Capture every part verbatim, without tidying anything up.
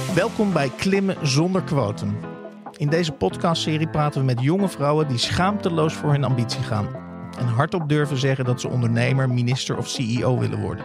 Welkom bij Klimmen zonder quotum. In deze podcastserie praten we met jonge vrouwen die schaamteloos voor hun ambitie gaan. En hardop durven zeggen dat ze ondernemer, minister of C E O willen worden.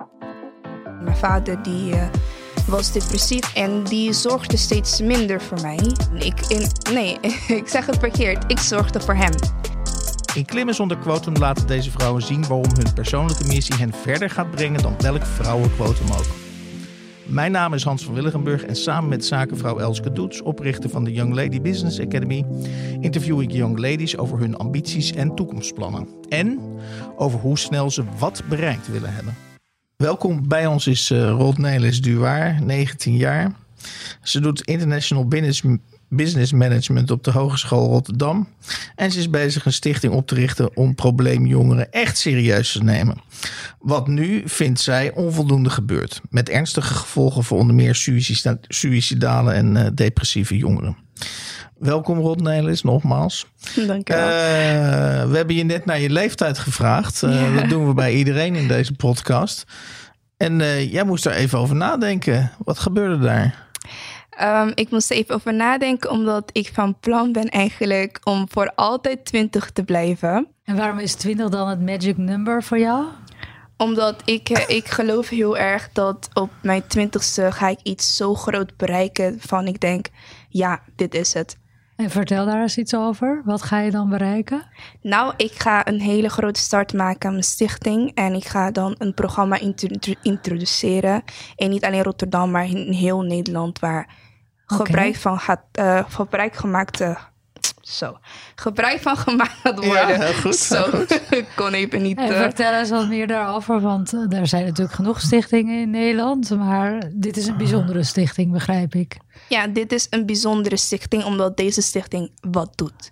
Mijn vader die, uh, was depressief en die zorgde steeds minder voor mij. Ik, in, nee, ik zeg het verkeerd. Ik zorgde voor hem. In Klimmen zonder quotum laten deze vrouwen zien waarom hun persoonlijke missie hen verder gaat brengen dan welk vrouwenquotum ook. Mijn naam is Hans van Willigenburg en samen met zakenvrouw Elske Doets, oprichter van de Young Lady Business Academy, interview ik young ladies over hun ambities en toekomstplannen. En over hoe snel ze wat bereikt willen hebben. Welkom, bij ons is uh, Rod Nelis Duwaar, negentien jaar. Ze doet International Business, Business Management op de Hogeschool Rotterdam. En ze is bezig een stichting op te richten om probleemjongeren echt serieus te nemen. Wat nu, vindt zij, onvoldoende gebeurt. Met ernstige gevolgen voor onder meer suïcida- suïcidale en uh, depressieve jongeren. Welkom Rod Nelis, nogmaals. Dank je wel. Uh, we hebben je net naar je leeftijd gevraagd. Uh, ja. Dat doen we bij iedereen in deze podcast. En uh, jij moest er even over nadenken. Wat gebeurde daar? Um, ik moest er even over nadenken, omdat ik van plan ben eigenlijk om voor altijd twintig te blijven. En waarom is twintig dan het magic number voor jou? Omdat ik, ik geloof heel erg dat op mijn twintigste ga ik iets zo groot bereiken van ik denk, ja, dit is het. En vertel daar eens iets over. Wat ga je dan bereiken? Nou, ik ga een hele grote start maken aan mijn stichting. En ik ga dan een programma introdu- introduceren. En niet alleen Rotterdam, maar in heel Nederland. Waar okay. gebruik van gaat, uh, gebruik gemaakt... Uh, zo. Gebruik van gemaakt gaat worden. Ja, heel goed. Zo, heel goed. Ik kon even niet... En uh... vertel eens wat meer daarover. Want uh, er zijn natuurlijk genoeg stichtingen in Nederland. Maar dit is een bijzondere stichting, begrijp ik. Ja, dit is een bijzondere stichting, omdat deze stichting wat doet.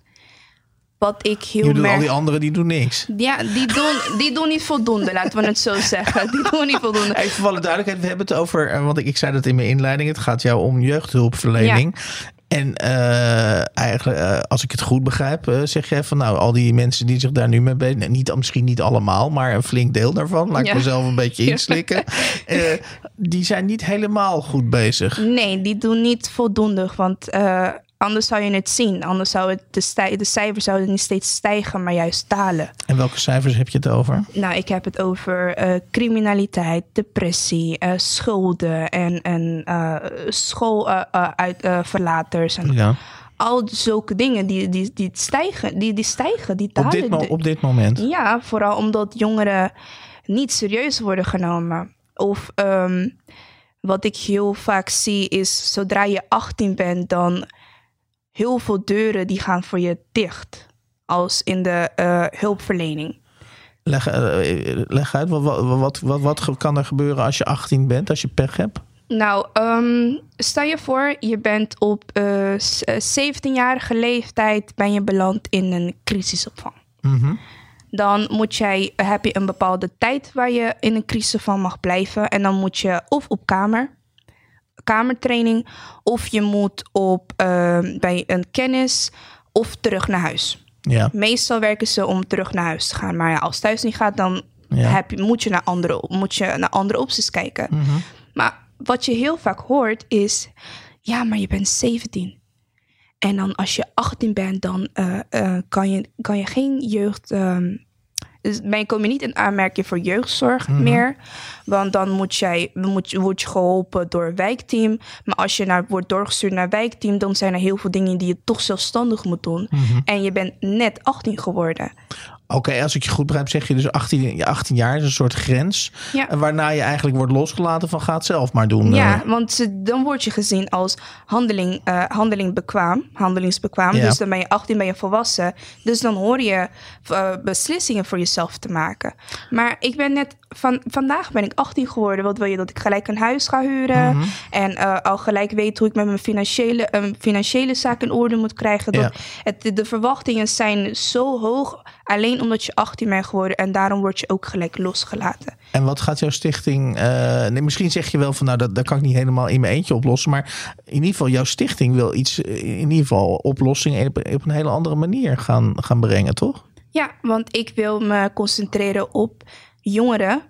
Wat ik heel merk... merk... al die anderen die doen niks. Ja, die doen, die doen niet voldoende, laten we het zo zeggen. Die doen niet voldoende. Even voor alle duidelijkheid, we hebben het over... want ik, ik zei dat in mijn inleiding, het gaat jou om jeugdhulpverlening. Ja. En uh, eigenlijk, uh, als ik het goed begrijp, uh, zeg jij van nou, al die mensen die zich daar nu mee bezig... Niet, misschien niet allemaal, maar een flink deel daarvan. Laat ik ja. mezelf een beetje inslikken. uh, die zijn niet helemaal goed bezig. Nee, die doen niet voldoende, want uh, anders zou je het zien. Anders zou het de, stij- de cijfers zouden niet steeds stijgen, maar juist dalen. En welke cijfers heb je het over? Nou, ik heb het over uh, criminaliteit, depressie, uh, schulden en, en uh, schooluitverlaters. Uh, uh, en ja. Al zulke dingen die, die, die stijgen, die, die stijgen, die dalen. Op dit, mo- op dit moment? Ja, vooral omdat jongeren niet serieus worden genomen. Of um, wat ik heel vaak zie is, zodra je achttien bent, dan heel veel deuren die gaan voor je dicht. Als in de uh, hulpverlening. Leg, uh, leg uit, wat, wat, wat, wat kan er gebeuren als je achttien bent, als je pech hebt? Nou, um, stel je voor, je bent op uh, zeventienjarige leeftijd ben je beland in een crisisopvang. Mm-hmm. Dan moet jij, heb je een bepaalde tijd waar je in een crisisopvang mag blijven. En dan moet je of op kamer, kamertraining, of je moet op uh, bij een kennis of terug naar huis. Ja. Meestal werken ze om terug naar huis te gaan. Maar ja, als het thuis niet gaat, dan ja. heb je, moet, je naar andere, moet je naar andere opties kijken. Mm-hmm. Maar wat je heel vaak hoort is, ja, maar je bent zeventien. En dan als je achttien bent, dan uh, uh, kan, je, kan je geen jeugd... Um, dus ben je, kom je niet in aanmerking voor jeugdzorg mm-hmm. meer. Want dan moet jij, moet, word je geholpen door een wijkteam. Maar als je naar, wordt doorgestuurd naar een wijkteam, dan zijn er heel veel dingen die je toch zelfstandig moet doen. Mm-hmm. En je bent net achttien geworden. Oké, okay, als ik je goed begrijp, zeg je dus achttien, achttien jaar is een soort grens. Ja. Waarna je eigenlijk wordt losgelaten van ga het zelf maar doen. Ja, uh. want ze, dan word je gezien als handeling, uh, handeling bekwaam, handelingsbekwaam. Ja. Dus dan ben je achttien, ben je volwassen. Dus dan hoor je uh, beslissingen voor jezelf te maken. Maar ik ben net, van, vandaag ben ik achttien geworden. Wat wil je, dat ik gelijk een huis ga huren? Mm-hmm. En uh, al gelijk weet hoe ik met mijn financiële, uh, financiële zaken in orde moet krijgen. Dat ja. het, de verwachtingen zijn zo hoog, alleen omdat je achttien bent geworden en daarom word je ook gelijk losgelaten. En wat gaat jouw stichting... Uh, nee, misschien zeg je wel van nou, dat, dat kan ik niet helemaal in mijn eentje oplossen. Maar in ieder geval, jouw stichting wil iets, in ieder geval oplossingen op, op een hele andere manier gaan, gaan brengen, toch? Ja, want ik wil me concentreren op jongeren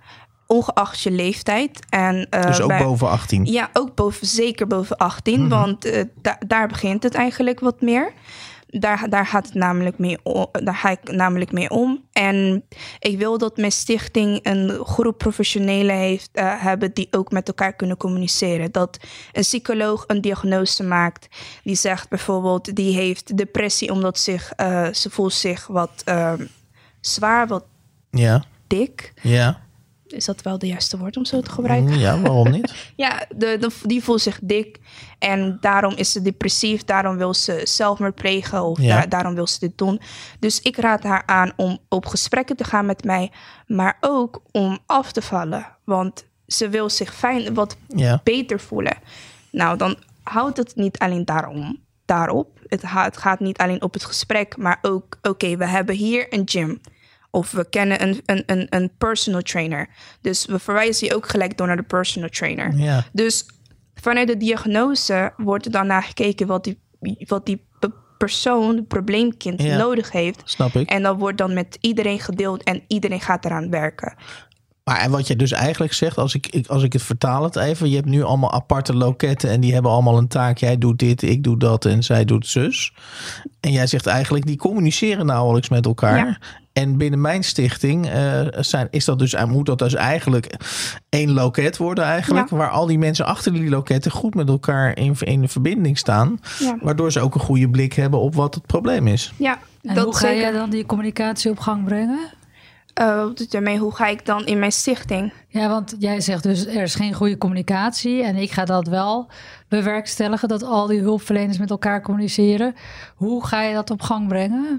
ongeacht je leeftijd. En, uh, dus ook bij, boven achttien? Ja, ook boven, zeker boven achttien. Mm-hmm. Want uh, da- daar begint het eigenlijk wat meer. Daar, daar gaat het namelijk mee om, daar ga ik namelijk mee om. En ik wil dat mijn stichting een groep professionelen heeft, uh, hebben die ook met elkaar kunnen communiceren. Dat een psycholoog een diagnose maakt. Die zegt bijvoorbeeld, die heeft depressie omdat zich, uh, ze voelt zich wat uh, zwaar, wat ja. dik. Ja. Is dat wel de juiste woord om zo te gebruiken? Ja, waarom niet? ja, de, de, die voelt zich dik. En daarom is ze depressief. Daarom wil ze zelfmoord plegen. Of ja. da- daarom wil ze dit doen. Dus ik raad haar aan om op gesprekken te gaan met mij. Maar ook om af te vallen. Want ze wil zich fijn, wat ja. beter voelen. Nou, dan houdt het niet alleen daarom, daarop. Het, ha- het gaat niet alleen op het gesprek. Maar ook, oké, okay, we hebben hier een gym. Of we kennen een, een, een, een personal trainer. Dus we verwijzen je ook gelijk door naar de personal trainer. Ja. Dus vanuit de diagnose wordt er dan naar gekeken wat die, wat die persoon, het probleemkind, ja. nodig heeft. Snap ik. En dat wordt dan met iedereen gedeeld en iedereen gaat eraan werken. Maar en wat je dus eigenlijk zegt, als ik, als ik het vertaal het even. Je hebt nu allemaal aparte loketten en die hebben allemaal een taak. Jij doet dit, ik doe dat en zij doet zus. En jij zegt eigenlijk, die communiceren nauwelijks met elkaar. Ja. En binnen mijn stichting uh, zijn, is dat dus, moet dat dus eigenlijk één loket worden eigenlijk. Ja. Waar al die mensen achter die loketten goed met elkaar in, in verbinding staan. Ja. Waardoor ze ook een goede blik hebben op wat het probleem is. Ja, en dat hoe ga je dan die communicatie op gang brengen? Uh, wat doet ermee? Hoe ga ik dan in mijn stichting? Ja, want jij zegt dus er is geen goede communicatie. En ik ga dat wel bewerkstelligen, dat al die hulpverleners met elkaar communiceren. Hoe ga je dat op gang brengen?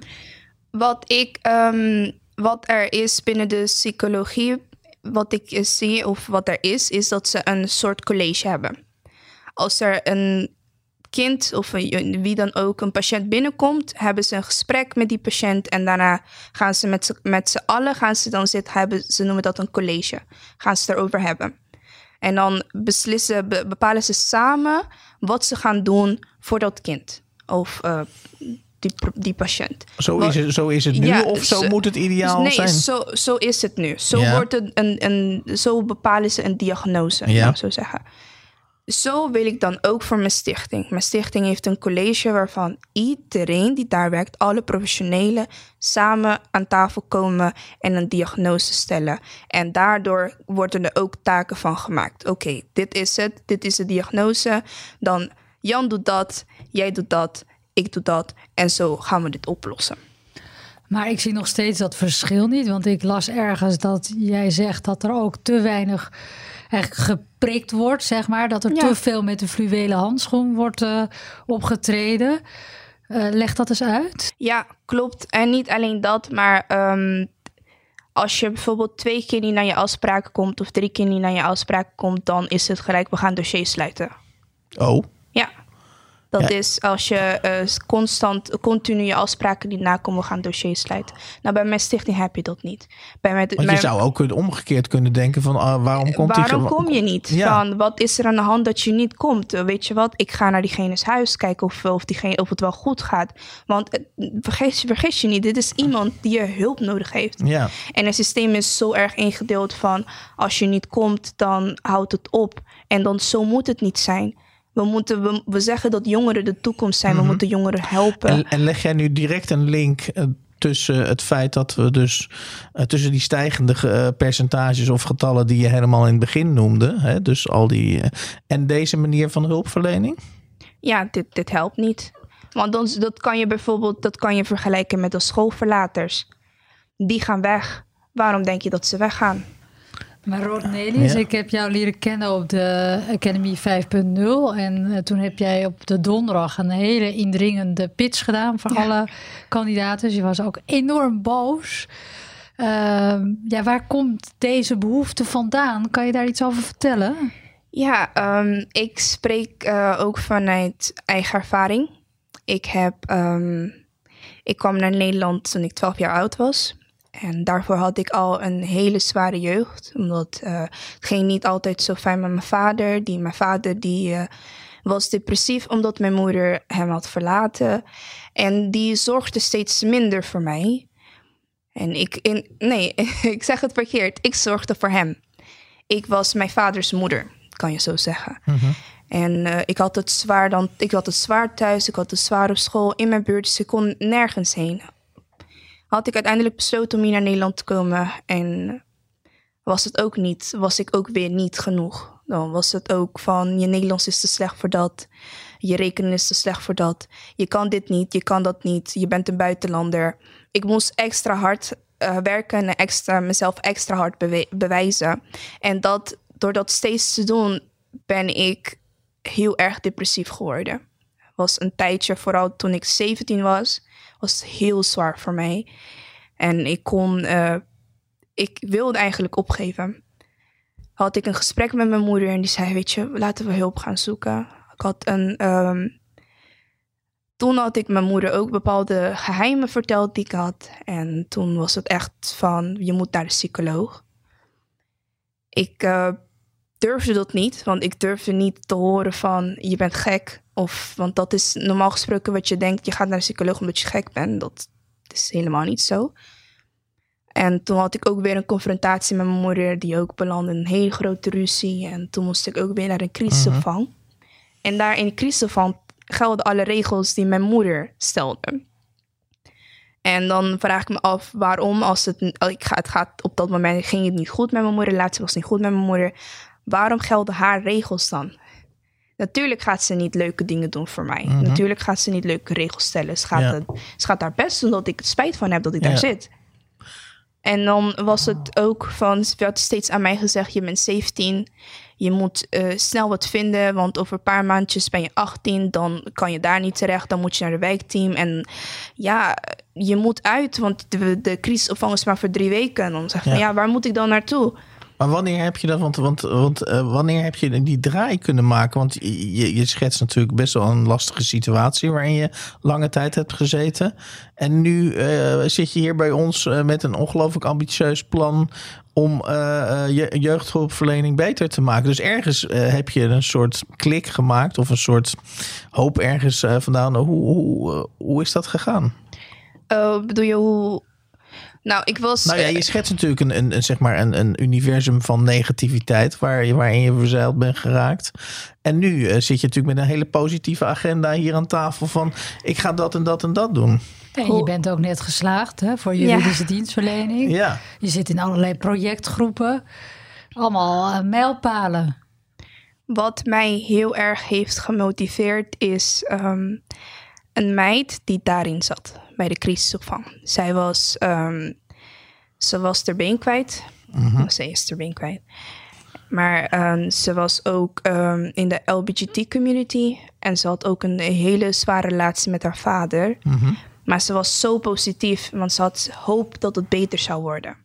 Wat ik, um, wat er is binnen de psychologie, wat ik zie of wat er is, is dat ze een soort college hebben. Als er een kind of een, wie dan ook een patiënt binnenkomt, hebben ze een gesprek met die patiënt en daarna gaan ze met, z'n, met z'n allen gaan ze dan zitten, hebben, ze noemen dat een college, gaan ze erover hebben. En dan beslissen, be, bepalen ze samen wat ze gaan doen voor dat kind of uh, die, die patiënt. Zo is het, zo is het nu ja, of zo, zo moet het ideaal nee, zijn? Nee, zo, zo is het nu. Zo, ja. wordt het een, een, zo bepalen ze een diagnose, ja. nou, zo zeggen. Zo wil ik dan ook voor mijn stichting. Mijn stichting heeft een college waarvan iedereen die daar werkt, alle professionelen, samen aan tafel komen en een diagnose stellen. En daardoor worden er ook taken van gemaakt. Oké, okay, dit is het, dit is de diagnose. Dan Jan doet dat, jij doet dat, ik doe dat. En zo gaan we dit oplossen. Maar ik zie nog steeds dat verschil niet. Want ik las ergens dat jij zegt dat er ook te weinig eigenlijk geprikt wordt, zeg maar. Dat er ja. te veel met de fluwelen handschoen wordt uh, opgetreden. Uh, leg dat eens uit. Ja, klopt. En niet alleen dat, maar um, als je bijvoorbeeld twee keer niet naar je afspraak komt of drie keer niet naar je afspraak komt, dan is het gelijk, we gaan dossier sluiten. Oh. Ja. Dat ja. is als je uh, constant, continu je afspraken niet nakomt, we gaan dossiers sluiten. Nou, bij mijn stichting heb je dat niet. Bij mijn, Want je mijn, zou ook omgekeerd kunnen denken van, uh, waarom komt waarom die... kom je niet? Ja. Van, wat is er aan de hand dat je niet komt? Uh, weet je wat, ik ga naar diegene's huis kijken of, of, diegene, of het wel goed gaat. Want uh, vergeet, vergeet je niet, dit is iemand die je hulp nodig heeft. Ja. En het systeem is zo erg ingedeeld van, als je niet komt, dan houdt het op. En dan zo moet het niet zijn. We, moeten, we, we zeggen dat jongeren de toekomst zijn. Mm-hmm. We moeten jongeren helpen. En, en leg jij nu direct een link uh, tussen het feit dat we dus... Uh, tussen die stijgende uh, percentages of getallen die je helemaal in het begin noemde. Hè, dus al die... Uh, en deze manier van hulpverlening? Ja, dit, dit helpt niet. Want dan, dat kan je bijvoorbeeld dat kan je vergelijken met de schoolverlaters. Die gaan weg. Waarom denk je dat ze weggaan? Maar Rod Nelis, ja. ik heb jou leren kennen op de Academy vijf punt nul. En uh, toen heb jij op de donderdag een hele indringende pitch gedaan voor ja. alle kandidaten. Dus je was ook enorm boos. Uh, ja, waar komt deze behoefte vandaan? Kan je daar iets over vertellen? Ja, um, ik spreek uh, ook vanuit eigen ervaring. Ik, heb, um, ik kwam naar Nederland toen ik twaalf jaar oud was. En daarvoor had ik al een hele zware jeugd. Omdat uh, het ging niet altijd zo fijn met mijn vader. Die, mijn vader die, uh, was depressief omdat mijn moeder hem had verlaten. En die zorgde steeds minder voor mij. En ik, in, nee, ik zeg het verkeerd. Ik zorgde voor hem. ik was mijn vaders moeder, kan je zo zeggen. Mm-hmm. En uh, ik had het zwaar dan, ik had het zwaar thuis, ik had het zwaar op school, in mijn buurt, dus ik kon nergens heen. Had ik uiteindelijk besloten om hier naar Nederland te komen en was het ook niet, was ik ook weer niet genoeg. Dan was het ook van, je Nederlands is te slecht voor dat, je rekenen is te slecht voor dat, je kan dit niet, je kan dat niet, je bent een buitenlander. Ik moest extra hard uh, werken en extra, mezelf extra hard bewe- bewijzen. En dat, door dat steeds te doen, ben ik heel erg depressief geworden. Was een tijdje, vooral toen ik zeventien was, was het heel zwaar voor mij. En ik kon, uh, ik wilde eigenlijk opgeven. Had ik een gesprek met mijn moeder en die zei, weet je, laten we hulp gaan zoeken. Ik had een, um, toen had ik mijn moeder ook bepaalde geheimen verteld die ik had. En toen was het echt van, je moet naar de psycholoog. Ik uh, durfde dat niet, want ik durfde niet te horen van, je bent gek. Of, want dat is normaal gesproken wat je denkt, je gaat naar de psycholoog omdat je gek bent. Dat is helemaal niet zo. En toen had ik ook weer een confrontatie met mijn moeder, die ook belandde in een hele grote ruzie. En toen moest ik ook weer naar een crisisopvang. Uh-huh. En daar in de crisisopvang gelden alle regels die mijn moeder stelde. En dan vraag ik me af waarom, als het, ik ga, het gaat op dat moment ging het niet goed met mijn moeder, laatst was het niet goed met mijn moeder. Waarom gelden haar regels dan? Natuurlijk gaat ze niet leuke dingen doen voor mij. Uh-huh. Natuurlijk gaat ze niet leuke regels stellen. Ze gaat, ja. het, ze gaat haar best doen dat ik er spijt van heb dat ik ja. daar zit. En dan was het ook van, ze werd steeds aan mij gezegd, je bent zeventien, je moet uh, snel wat vinden, want over een paar maandjes ben je achttien, dan kan je daar niet terecht, dan moet je naar de wijkteam. En ja, je moet uit, want de, de crisisopvang is maar voor drie weken. En dan zeg je, ja. ja, waar moet ik dan naartoe? Maar wanneer heb je dat, want, want, want uh, wanneer heb je die draai kunnen maken? Want je, je schetst natuurlijk best wel een lastige situatie waarin je lange tijd hebt gezeten. En nu uh, zit je hier bij ons uh, met een ongelooflijk ambitieus plan om uh, je jeugdhulpverlening beter te maken. Dus ergens uh, heb je een soort klik gemaakt of een soort hoop ergens uh, vandaan. Hoe, hoe, uh, hoe is dat gegaan? Uh, bedoel je hoe... Nou, ik was... Nou ja, je schetst natuurlijk een, een, een, zeg maar een, een universum van negativiteit waar je, waarin je verzeild bent geraakt. En nu uh, zit je natuurlijk met een hele positieve agenda hier aan tafel van ik ga dat en dat en dat doen. En je bent ook net geslaagd hè, voor juridische ja. dienstverlening. Ja. Je zit in allerlei projectgroepen. Allemaal uh, mijlpalen. Wat mij heel erg heeft gemotiveerd is um, een meid die daarin zat. Bij de crisisopvang. Zij was, um, ze was ter been kwijt. Mm-hmm. Ze is ter been kwijt. Maar um, ze was ook um, in de L G B T community. En ze had ook een hele zware relatie met haar vader. Mm-hmm. Maar ze was zo positief, want ze had hoop dat het beter zou worden.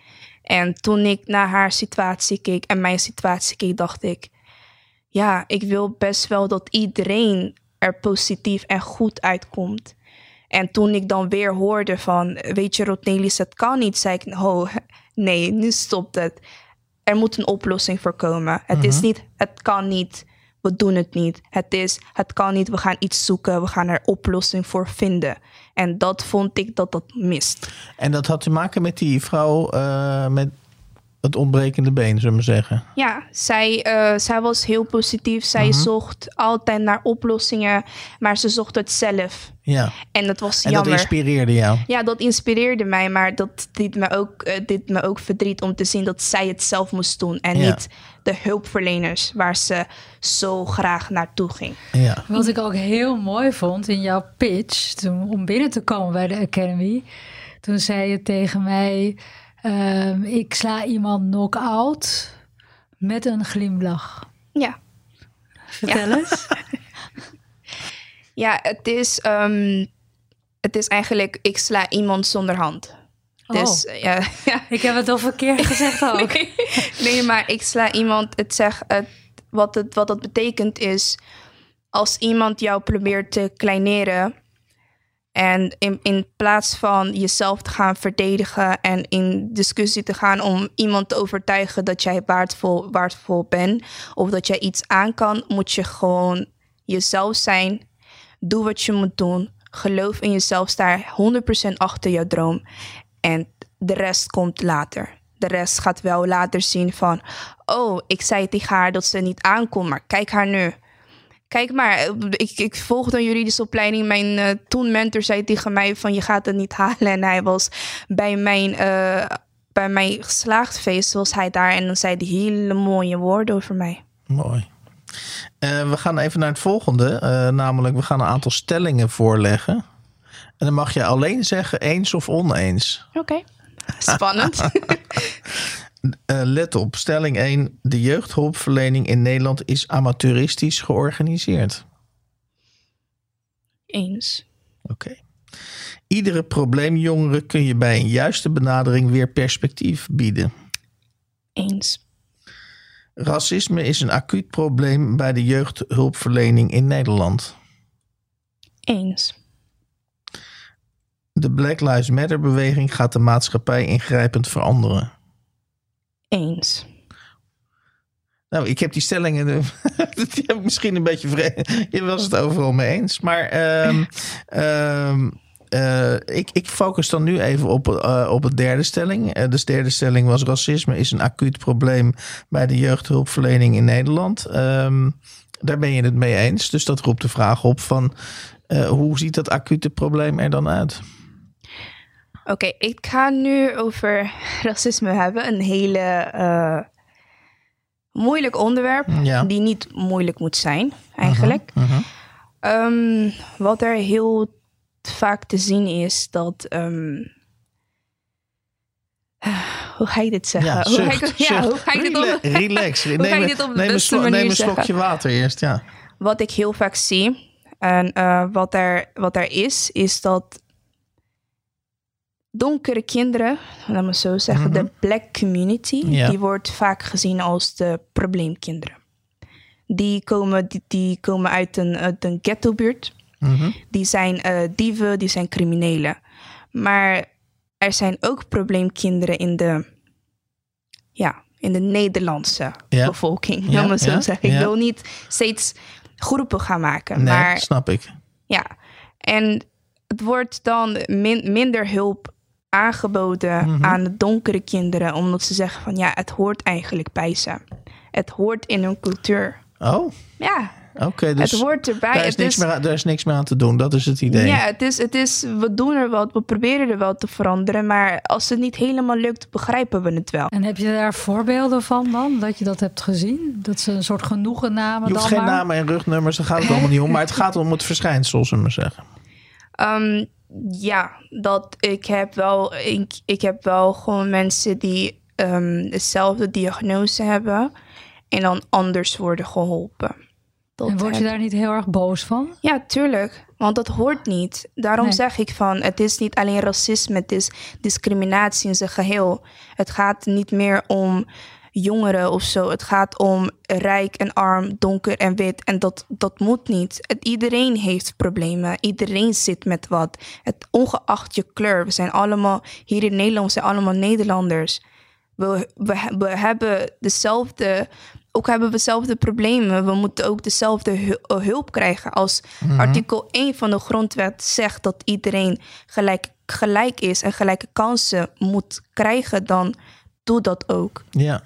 En toen ik naar haar situatie keek en mijn situatie keek, dacht ik... Ja, ik wil best wel dat iedereen er positief en goed uitkomt. En toen ik dan weer hoorde van, weet je Rodnelis, het kan niet, zei ik, oh nee, nu stopt het. Er moet een oplossing voor komen. Het uh-huh. is niet, het kan niet, we doen het niet. Het is, het kan niet, we gaan iets zoeken, we gaan er oplossing voor vinden. En dat vond ik dat dat mist. En dat had te maken met die vrouw uh, met het ontbrekende been, zullen we zeggen? Ja, zij, uh, zij was heel positief. Zij uh-huh. zocht altijd naar oplossingen, maar ze zocht het zelf. Ja. En dat was en jammer. En dat inspireerde jou? Ja, dat inspireerde mij, maar dat deed me ook, uh, deed me ook verdriet om te zien dat zij het zelf moest doen. En ja. niet de hulpverleners waar ze zo graag naartoe ging. Ja. Wat ik ook heel mooi vond in jouw pitch, toen, om binnen te komen bij de Academy, toen zei je tegen mij... Um, ik sla iemand knock-out met een glimlach. Ja. Vertel ja. eens. Ja, het is, um, het is eigenlijk, ik sla iemand zonder hand. Oh. Dus, uh, ja, ja. Ik heb het al verkeerd gezegd ook. nee, nee, maar ik sla iemand, het zeg, het, wat, het, wat dat betekent is, als iemand jou probeert te kleineren... En in, in plaats van jezelf te gaan verdedigen en in discussie te gaan om iemand te overtuigen dat jij waardevol, waardevol bent of dat jij iets aan kan, moet je gewoon jezelf zijn. Doe wat je moet doen. Geloof in jezelf. Sta honderd procent achter je droom. En de rest komt later. de rest gaat wel later zien van... oh, ik zei tegen haar dat ze niet aankomt, maar kijk haar nu. Kijk maar, ik, ik volgde een juridische opleiding. Mijn uh, toen mentor zei tegen mij van je gaat het niet halen. En hij was bij mijn, uh, bij mijn geslaagdfeest was hij daar. En dan zei hij hele mooie woorden over mij. Mooi. Uh, we gaan even naar het volgende. Uh, namelijk, we gaan een aantal stellingen voorleggen. En dan mag je alleen zeggen eens of oneens. Oké, okay. Spannend. Uh, let op, stelling één. De jeugdhulpverlening in Nederland is amateuristisch georganiseerd. Eens. Oké. Okay. Iedere probleemjongere kun je bij een juiste benadering weer perspectief bieden. Eens. Racisme is een acuut probleem bij de jeugdhulpverlening in Nederland. Eens. De Black Lives Matter beweging gaat de maatschappij ingrijpend veranderen. Eens. Nou, ik heb die stellingen... die heb ik misschien een beetje vreemd. Je was het overal mee eens. Maar um, um, uh, ik, ik focus dan nu even op, uh, op het derde stelling. Uh, de derde stelling was... racisme is een acuut probleem bij de jeugdhulpverlening in Nederland. Um, daar ben je het mee eens. Dus dat roept de vraag op van... Uh, hoe ziet dat acute probleem er dan uit? Oké, okay, ik ga nu over racisme hebben. Een hele uh, moeilijk onderwerp. Ja. Die niet moeilijk moet zijn, eigenlijk. Uh-huh, uh-huh. Um, wat er heel vaak te zien is dat... Um, uh, hoe ga je dit zeggen? Ja, hoe, zucht, ga ik, ja, hoe ga je dit op, relax. hoe ga je dit op de neem beste een manier Neem een zeggen? slokje water eerst, ja. Wat ik heel vaak zie... En uh, wat, er, wat er is, is dat donkere kinderen, laat me zo zeggen, mm-hmm. de black community, ja. die wordt vaak gezien als de probleemkinderen. Die komen, die, die komen uit een, uit een ghettobuurt. Mm-hmm. Die zijn uh, dieven, die zijn criminelen. Maar er zijn ook probleemkinderen in de, ja, in de Nederlandse ja. bevolking, laat me zo ja. zeggen. Ik ja. wil niet steeds... groepen gaan maken. Nee, maar, snap ik. Ja, en het wordt dan min, minder hulp aangeboden mm-hmm. aan de donkere kinderen, omdat ze zeggen van ja, het hoort eigenlijk bij ze. Het hoort in hun cultuur. Oh. Ja. Oké, okay, dus het hoort erbij. Daar is, het niks is, meer, daar is niks meer aan te doen, dat is het idee. Ja, het is, het is, we doen er wat, we proberen er wel te veranderen, maar als het niet helemaal lukt, begrijpen we het wel. En heb je daar voorbeelden van dan, dat je dat hebt gezien? Dat ze een soort genoegen namen Je hoeft dan geen maar? namen en rugnummers, daar gaat het allemaal niet om, maar het gaat om het verschijnsel, zullen we zeggen. Um, ja, dat ik heb wel, ik, ik heb wel gewoon mensen die um, dezelfde diagnose hebben en dan anders worden geholpen. Dat en word je daar niet heel erg boos van? Ja, tuurlijk. Want dat hoort niet. Daarom nee. zeg ik van, het is niet alleen racisme, het is discriminatie in zijn geheel. Het gaat niet meer om jongeren of zo. Het gaat om rijk en arm, donker en wit. En dat, dat moet niet. Het, iedereen heeft problemen. Iedereen zit met wat. Het, ongeacht je kleur. We zijn allemaal, hier in Nederland, we zijn allemaal Nederlanders. We, we, we hebben dezelfde... Ook hebben we dezelfde problemen. We moeten ook dezelfde hulp krijgen. Als mm-hmm. artikel één van de grondwet zegt dat iedereen gelijk, gelijk is en gelijke kansen moet krijgen, dan doe dat ook. Ja.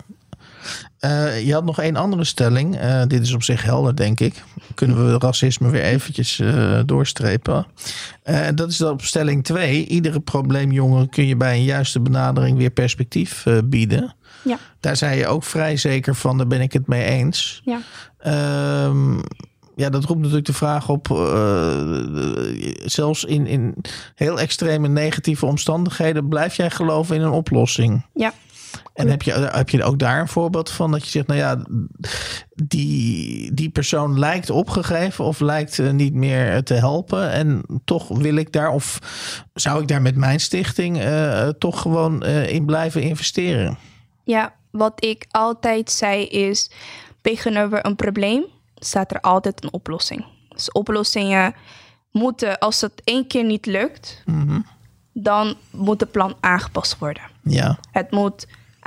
Uh, je had nog één andere stelling. Uh, dit is op zich helder, denk ik. Kunnen we racisme weer eventjes uh, doorstrepen. Uh, dat is dan op stelling twee. Iedere probleemjongere kun je bij een juiste benadering weer perspectief uh, bieden. Ja. Daar zei je ook vrij zeker van, daar ben ik het mee eens. Ja. Um, ja, dat roept natuurlijk de vraag op, uh, zelfs in, in heel extreme negatieve omstandigheden, blijf jij geloven in een oplossing? Ja. En heb je, heb je ook daar een voorbeeld van dat je zegt, nou ja, die, die persoon lijkt opgegeven of lijkt niet meer te helpen en toch wil ik daar, of zou ik daar met mijn stichting uh, toch gewoon uh, in blijven investeren? Ja, wat ik altijd zei is, tegenover een probleem staat er altijd een oplossing. Dus oplossingen moeten, als het één keer niet lukt, mm-hmm. dan moet het plan aangepast worden. Ja. Het moet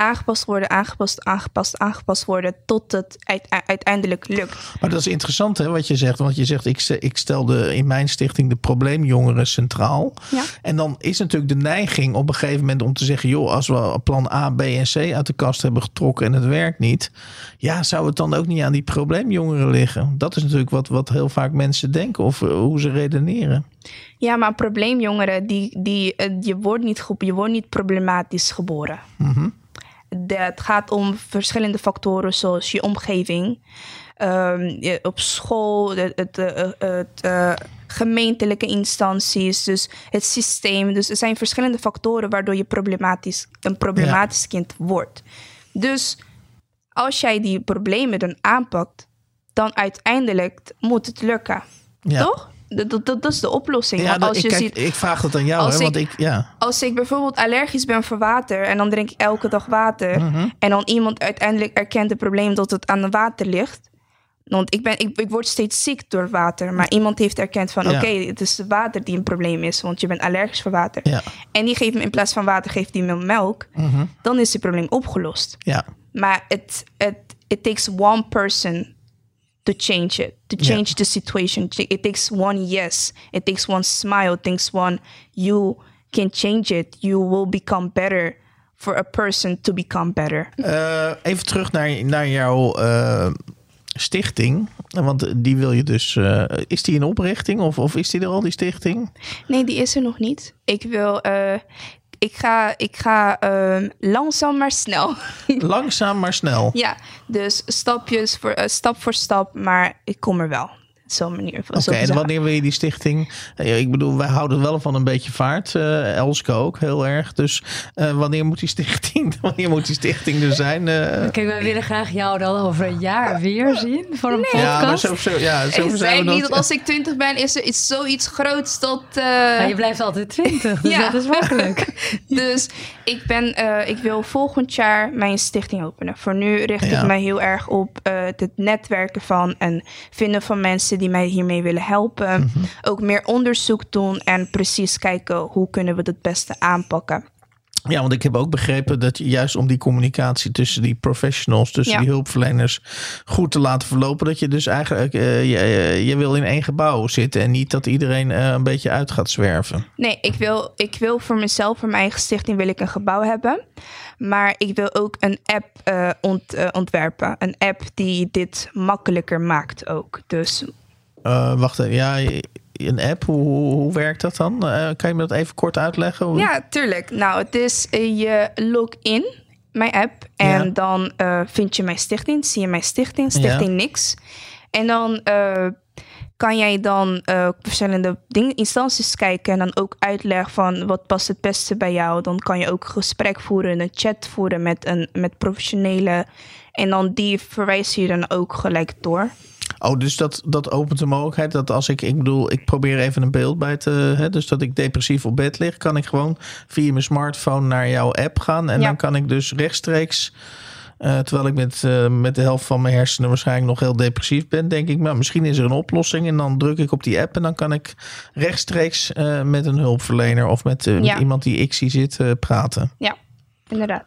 aangepast worden, aangepast, aangepast, aangepast worden tot het uiteindelijk lukt. Maar dat is interessant hè, wat je zegt. Want je zegt, ik, ik stelde in mijn stichting de probleemjongeren centraal. Ja. En dan is natuurlijk de neiging op een gegeven moment om te zeggen, joh, als we plan A, B en C uit de kast hebben getrokken en het werkt niet. Ja, zou het dan ook niet aan die probleemjongeren liggen? Dat is natuurlijk wat, wat heel vaak mensen denken of uh, hoe ze redeneren. Ja, maar probleemjongeren, die, die, je, wordt niet, je wordt niet problematisch geboren. Mm-hmm. De, het gaat om verschillende factoren zoals je omgeving, um, je, op school, het, het, het, het uh, gemeentelijke instanties, dus het systeem. Dus er zijn verschillende factoren waardoor je problematisch, een problematisch ja. kind wordt. Dus als jij die problemen dan aanpakt, dan uiteindelijk moet het lukken. Ja. Toch? Dat, dat, dat is de oplossing. Ja, want als ik, je kijk, ziet, ik vraag dat aan jou. Hè, ik, want ik, ja. Als ik bijvoorbeeld allergisch ben voor water en dan drink ik elke dag water. Mm-hmm. En dan iemand uiteindelijk erkent het probleem dat het aan het water ligt. Want ik, ben, ik, ik word steeds ziek door water. Maar iemand heeft erkend van ja. oké, okay, het is het water die een probleem is. Want je bent allergisch voor water. Ja. En die geeft me in plaats van water geeft die me melk. Mm-hmm. Dan is het probleem opgelost. Ja. Maar it, it, it takes one person to change it, to change yeah. the situation. It takes one yes. It takes one smile. It takes one you can change it. You will become better for a person to become better. Uh, even terug naar, naar jouw uh, stichting. Want die wil je dus... Uh, is die in oprichting of, of is die er al, die stichting? Nee, die is er nog niet. Ik wil... Uh, Ik ga, ik ga uh, langzaam maar snel. Langzaam maar snel. Ja, dus stapjes voor, uh, stap voor stap, maar ik kom er wel. Zo'n manier. Oké, okay, en wanneer wil je die stichting? Uh, ik bedoel, wij houden wel van een beetje vaart. Uh, Elske ook, heel erg. Dus uh, wanneer moet die stichting, wanneer moet die stichting er zijn? Uh... Kijk, wij willen graag jou dan over een jaar weer zien voor een nee. podcast. Ja, maar zo, zo, ja, zo ik zei niet dat als ik twintig ben, is er iets, zoiets groots dat... Uh... Ja, je blijft altijd twintig, dus ja. dat is makkelijk. Dus ik, ben, uh, ik wil volgend jaar mijn stichting openen. Voor nu richt ja. ik mij heel erg op uh, het netwerken van en vinden van mensen die mij hiermee willen helpen. Mm-hmm. Ook meer onderzoek doen en precies kijken hoe kunnen we het het beste aanpakken. Ja, want ik heb ook begrepen dat je juist om die communicatie tussen die professionals, tussen ja. die hulpverleners goed te laten verlopen, dat je dus eigenlijk, uh, je, je wil in één gebouw zitten en niet dat iedereen uh, een beetje uit gaat zwerven. Nee, ik wil, ik wil voor mezelf, voor mijn eigen stichting wil ik een gebouw hebben. Maar ik wil ook een app uh, ont, uh, ontwerpen. Een app die dit makkelijker maakt ook. Dus... Uh, wacht even, ja, een app, hoe, hoe werkt dat dan? Uh, kan je me dat even kort uitleggen? Hoe... Ja, tuurlijk. Nou, het is uh, je log in, mijn app. En ja. dan uh, vind je mijn stichting, zie je mijn stichting, Stichting ja. Niks. En dan uh, kan jij dan uh, verschillende dingen, instanties kijken en dan ook uitleggen van wat past het beste bij jou. Dan kan je ook een gesprek voeren, een chat voeren met, een, met professionele. En dan die verwijs je dan ook gelijk door. Oh, dus dat, dat opent de mogelijkheid dat als ik, ik bedoel, ik probeer even een beeld bij te, hè, dus dat ik depressief op bed lig, kan ik gewoon via mijn smartphone naar jouw app gaan en ja. dan kan ik dus rechtstreeks, uh, terwijl ik met, uh, met de helft van mijn hersenen waarschijnlijk nog heel depressief ben, denk ik, maar misschien is er een oplossing en dan druk ik op die app en dan kan ik rechtstreeks uh, met een hulpverlener of met, uh, ja. met iemand die ik zie zitten uh, praten. Ja, inderdaad.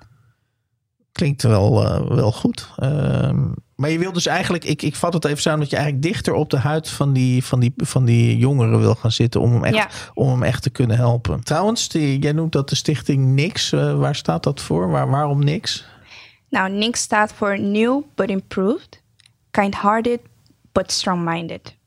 Klinkt wel, uh, wel goed. Uh, maar je wil dus eigenlijk, ik, ik vat het even samen, dat je eigenlijk dichter op de huid van die, van die, van die jongeren wil gaan zitten om hem echt, ja. om hem echt te kunnen helpen. Trouwens, die, jij noemt dat de stichting Niks. Uh, waar staat dat voor? Waar, waarom Niks? Nou, Niks staat voor New but Improved, Kind-hearted but Strong-minded.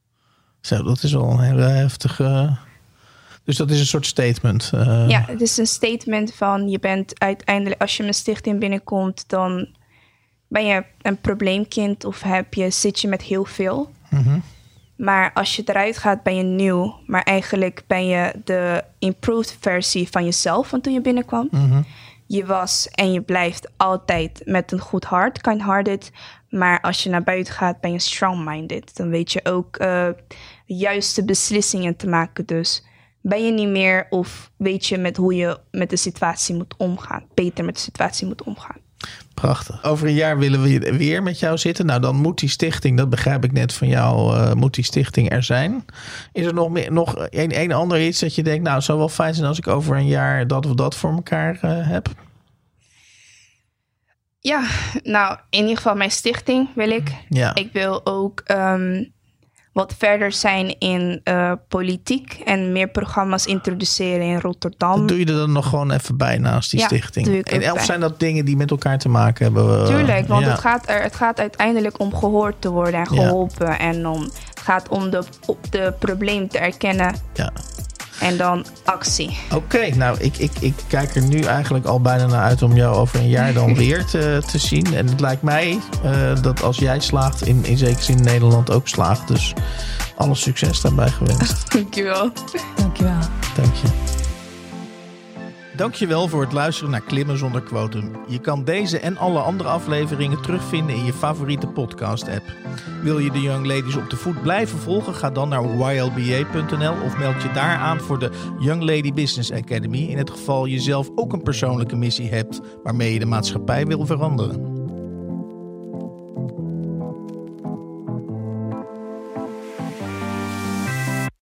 Zo, dat is wel een hele heftige... Dus dat is een soort statement. Uh... Ja, het is een statement van je bent uiteindelijk, als je mijn stichting binnenkomt, dan ben je een probleemkind of heb je, zit je met heel veel. Mm-hmm. Maar als je eruit gaat, ben je nieuw. Maar eigenlijk ben je de improved versie van jezelf van toen je binnenkwam. Mm-hmm. Je was en je blijft altijd met een goed hart, kind-hearted. Maar als je naar buiten gaat, ben je strong-minded. Dan weet je ook uh, juiste beslissingen te maken. Dus ben je niet meer of weet je met hoe je met de situatie moet omgaan. Beter met de situatie moet omgaan. Prachtig. Over een jaar willen we weer met jou zitten. Nou, dan moet die stichting, dat begrijp ik net van jou, uh, moet die stichting er zijn. Is er nog, meer, nog een, een ander iets dat je denkt, nou, het zou wel fijn zijn als ik over een jaar dat of dat voor elkaar uh, heb? Ja, nou, in ieder geval mijn stichting wil ik. Ja. Ik wil ook um, wat verder zijn in uh, politiek en meer programma's introduceren in Rotterdam. Dat doe je er dan nog gewoon even bij naast die ja, stichting? Doe ik en of bij. Zijn dat dingen die met elkaar te maken hebben? Tuurlijk, want ja. het, gaat er, het gaat uiteindelijk om gehoord te worden en geholpen. Ja. En om, het gaat om de, de probleem te erkennen. Ja. En dan actie. Oké, okay, nou, ik, ik, ik kijk er nu eigenlijk al bijna naar uit om jou over een jaar dan weer te, te zien. En het lijkt mij uh, dat als jij slaagt, in, in zekere zin Nederland ook slaagt. Dus alle succes daarbij gewenst. Dankjewel. Dankjewel. Dank je. Dankjewel voor het luisteren naar Klimmen zonder Quotum. Je kan deze en alle andere afleveringen terugvinden in je favoriete podcast-app. Wil je de Young Ladies op de voet blijven volgen? Ga dan naar y l b a punt n l of meld je daar aan voor de Young Lady Business Academy. In het geval je zelf ook een persoonlijke missie hebt waarmee je de maatschappij wil veranderen.